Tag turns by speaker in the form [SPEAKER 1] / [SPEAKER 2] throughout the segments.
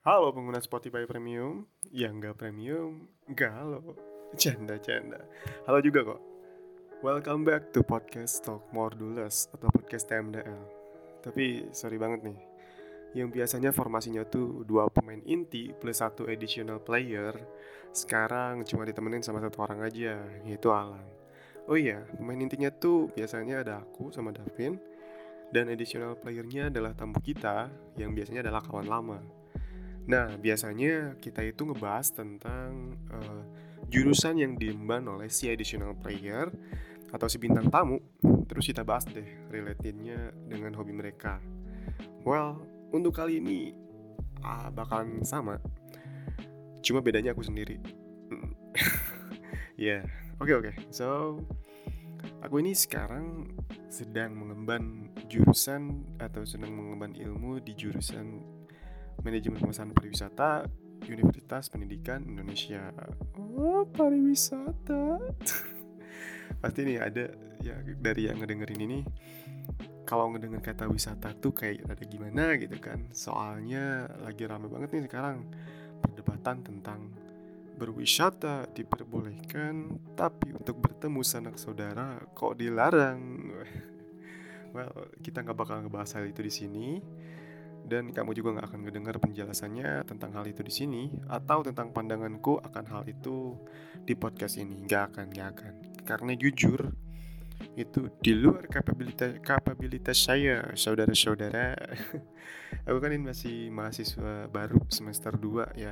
[SPEAKER 1] Halo pengguna Spotify Premium. Yang nggak premium, galau. Canda. Halo juga kok. Welcome back to podcast Talk More Dulles atau podcast TMDL. Tapi sorry banget nih, yang biasanya formasinya tuh 2 pemain inti plus 1 additional player, sekarang cuma ditemenin sama 1 orang aja, yaitu Alan. Oh iya, pemain intinya tuh biasanya ada aku sama Davin, dan additional playernya adalah tamu kita yang biasanya adalah kawan lama. Nah, biasanya kita itu ngebahas tentang jurusan yang diemban oleh si additional player atau si bintang tamu. Terus kita bahas deh relatednya dengan hobi mereka. Well, untuk kali ini bakalan sama. Cuma bedanya aku sendiri. Ya, oke. So, aku ini sekarang sedang mengemban jurusan atau sedang mengemban ilmu di jurusan Manajemen Pemesanan Pariwisata Universitas Pendidikan Indonesia. Oh, pariwisata. Pasti nih ada ya dari yang ngedengerin ini, kalau ngedenger kata wisata tuh kayak ada gimana gitu kan. Soalnya lagi rame banget nih sekarang perdebatan tentang berwisata diperbolehkan, tapi untuk bertemu sanak saudara kok dilarang. Well, kita nggak bakal ngebahas hal itu di sini. Dan kamu juga gak akan ngedengar penjelasannya tentang hal itu di sini, atau tentang pandanganku akan hal itu di podcast ini. Gak akan. Karena jujur, itu di luar kapabilitas saya, saudara-saudara. Aku kan ini masih mahasiswa baru semester 2 ya.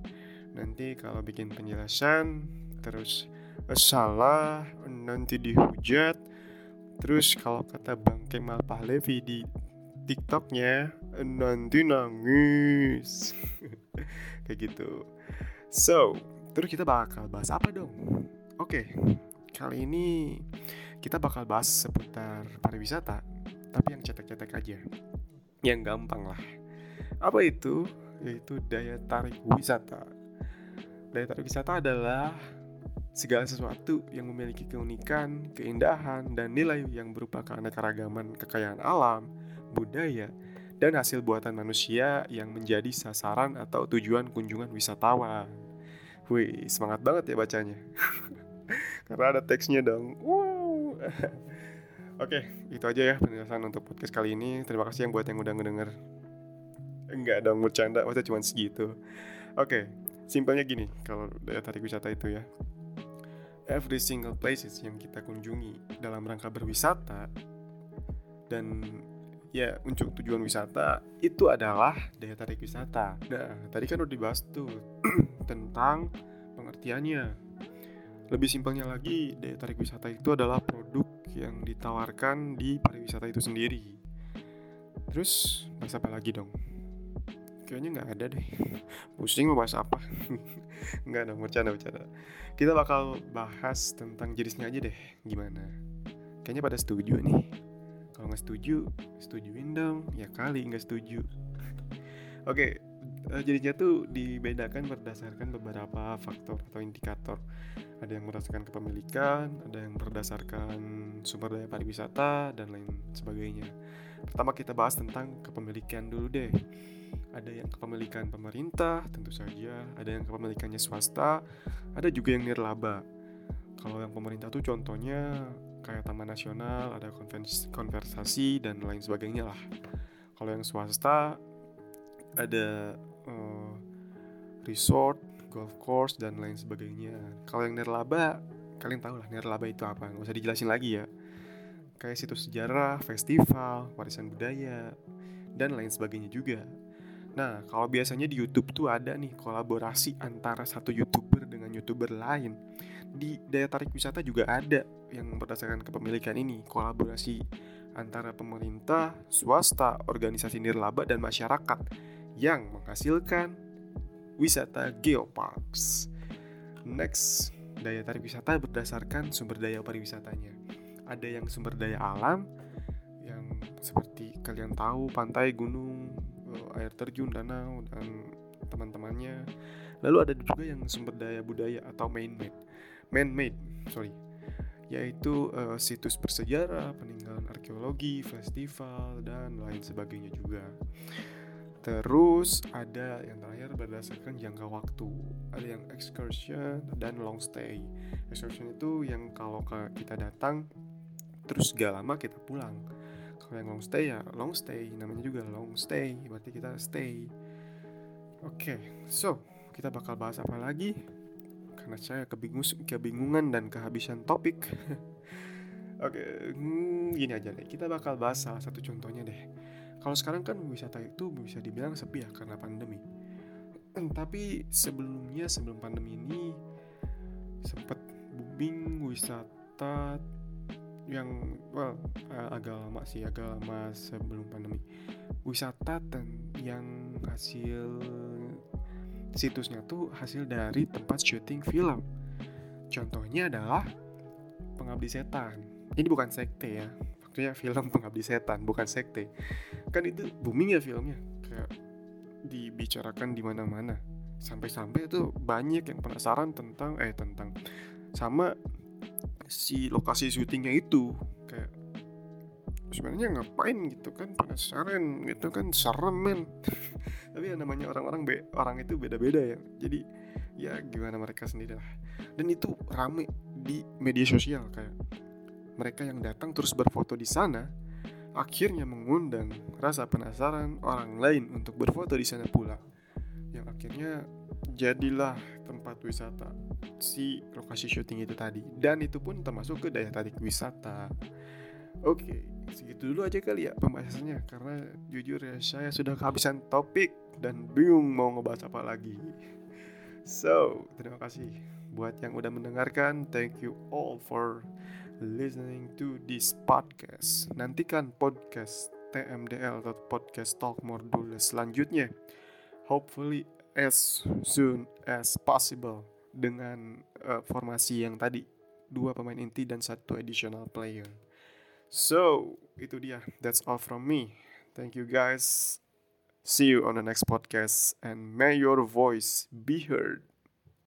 [SPEAKER 1] Nanti kalau bikin penjelasan terus salah, nanti dihujat. Terus kalau kata Bang Kemal Pahlevi di TikToknya, nanti nangis. Kayak gitu. So, terus kita bakal bahas apa dong? Oke, kali ini kita bakal bahas seputar pariwisata, tapi yang cetek-cetek aja, yang gampang lah. Apa itu? Yaitu daya tarik wisata. Daya tarik wisata adalah segala sesuatu yang memiliki keunikan, keindahan, dan nilai yang berupa keanekaragaman kekayaan alam, budaya, dan hasil buatan manusia yang menjadi sasaran atau tujuan kunjungan wisatawan. Wih, semangat banget ya bacanya. Karena ada teksnya dong. Wow. Oke, itu aja ya penjelasan untuk podcast kali ini. Terima kasih yang buat yang udah ngedenger. Enggak dong, bercanda, maksudnya cuma segitu. Oke, simpelnya gini kalau daya tarik wisata itu ya. Every single places yang kita kunjungi dalam rangka berwisata dan ya untuk tujuan wisata itu adalah daya tarik wisata. Nah, tadi kan udah dibahas tuh tentang pengertiannya. Lebih simpelnya lagi, daya tarik wisata itu adalah produk yang ditawarkan di pariwisata itu sendiri. Terus bahas apa lagi dong? Kayaknya nggak ada deh. Pusing mau bahas apa? Nggak dong, bercanda. Kita bakal bahas tentang jenisnya aja deh. Gimana? Kayaknya pada setuju nih. Kalau nggak setuju, setujuin dong. Ya kali nggak setuju. Oke, jenisnya tuh dibedakan berdasarkan beberapa faktor atau indikator. Ada yang berdasarkan kepemilikan, ada yang berdasarkan sumber daya pariwisata, dan lain sebagainya. Pertama kita bahas tentang kepemilikan dulu deh. Ada yang kepemilikan pemerintah, tentu saja. Ada yang kepemilikannya swasta, ada juga yang nirlaba. Kalau yang pemerintah tuh contohnya kayak Taman Nasional, ada konversasi dan lain sebagainya lah. Kalau yang swasta ada resort, golf course dan lain sebagainya. Kalau yang nirlaba, kalian tahu lah nirlaba itu apa, nggak usah dijelasin lagi ya. Kayak situs sejarah, festival, warisan budaya dan lain sebagainya juga. Nah, kalau biasanya di YouTube tuh ada nih kolaborasi antara satu YouTuber dengan YouTuber lain. Di daya tarik wisata juga ada yang berdasarkan kepemilikan ini, kolaborasi antara pemerintah, swasta, organisasi nirlaba, dan masyarakat yang menghasilkan wisata geoparks. Next, daya tarik wisata berdasarkan sumber daya pariwisatanya. Ada yang sumber daya alam, yang seperti kalian tahu pantai, gunung, air terjun, danau, dan teman-temannya. Lalu ada juga yang sumber daya budaya atau man-made, yaitu situs bersejarah, peninggalan arkeologi, festival, dan lain sebagainya juga. Terus ada yang terakhir berdasarkan jangka waktu. Ada yang excursion dan long stay. Excursion itu yang kalau kita datang terus gak lama kita pulang. Kalau yang long stay ya long stay, namanya juga long stay, berarti kita stay. Oke, so kita bakal bahas apa lagi? Karena saya kebingungan dan kehabisan topik. Oke, gini aja deh. Kita bakal bahas salah satu contohnya deh. Kalau sekarang kan wisata itu bisa dibilang sepi ya karena pandemi. Tapi sebelum pandemi ini sempat booming wisata yang agak lama sebelum pandemi. Wisata yang hasil situsnya tuh hasil dari tempat syuting film. Contohnya adalah Pengabdi Setan. Ini bukan sekte ya. Maksudnya film Pengabdi Setan, bukan sekte. Kan itu booming ya filmnya, kayak dibicarakan di mana-mana. Sampai-sampai itu banyak yang penasaran tentang sama si lokasi syutingnya itu. Kayak sebenarnya ngapain gitu kan, penasaran gitu kan, serem men. Tapi ya namanya orang itu beda-beda ya. Jadi ya gimana mereka sendiri lah. Dan itu rame di media sosial, kayak mereka yang datang terus berfoto di sana akhirnya mengundang rasa penasaran orang lain untuk berfoto di sana pula. Yang akhirnya jadilah tempat wisata si lokasi syuting itu tadi. Dan itu pun termasuk ke daya tarik wisata. Oke, segitu dulu aja kali ya pembahasannya. Karena jujur ya saya sudah kehabisan topik dan bingung mau ngebahas apa lagi. So, terima kasih buat yang udah mendengarkan. Thank you all for listening to this podcast. Nantikan podcast TMDL atau podcast Talk Module selanjutnya. Hopefully as soon as possible dengan formasi yang tadi, 2 pemain inti dan 1 additional player. So, itu dia. That's all from me. Thank you guys. See you on the next podcast and may your voice be heard.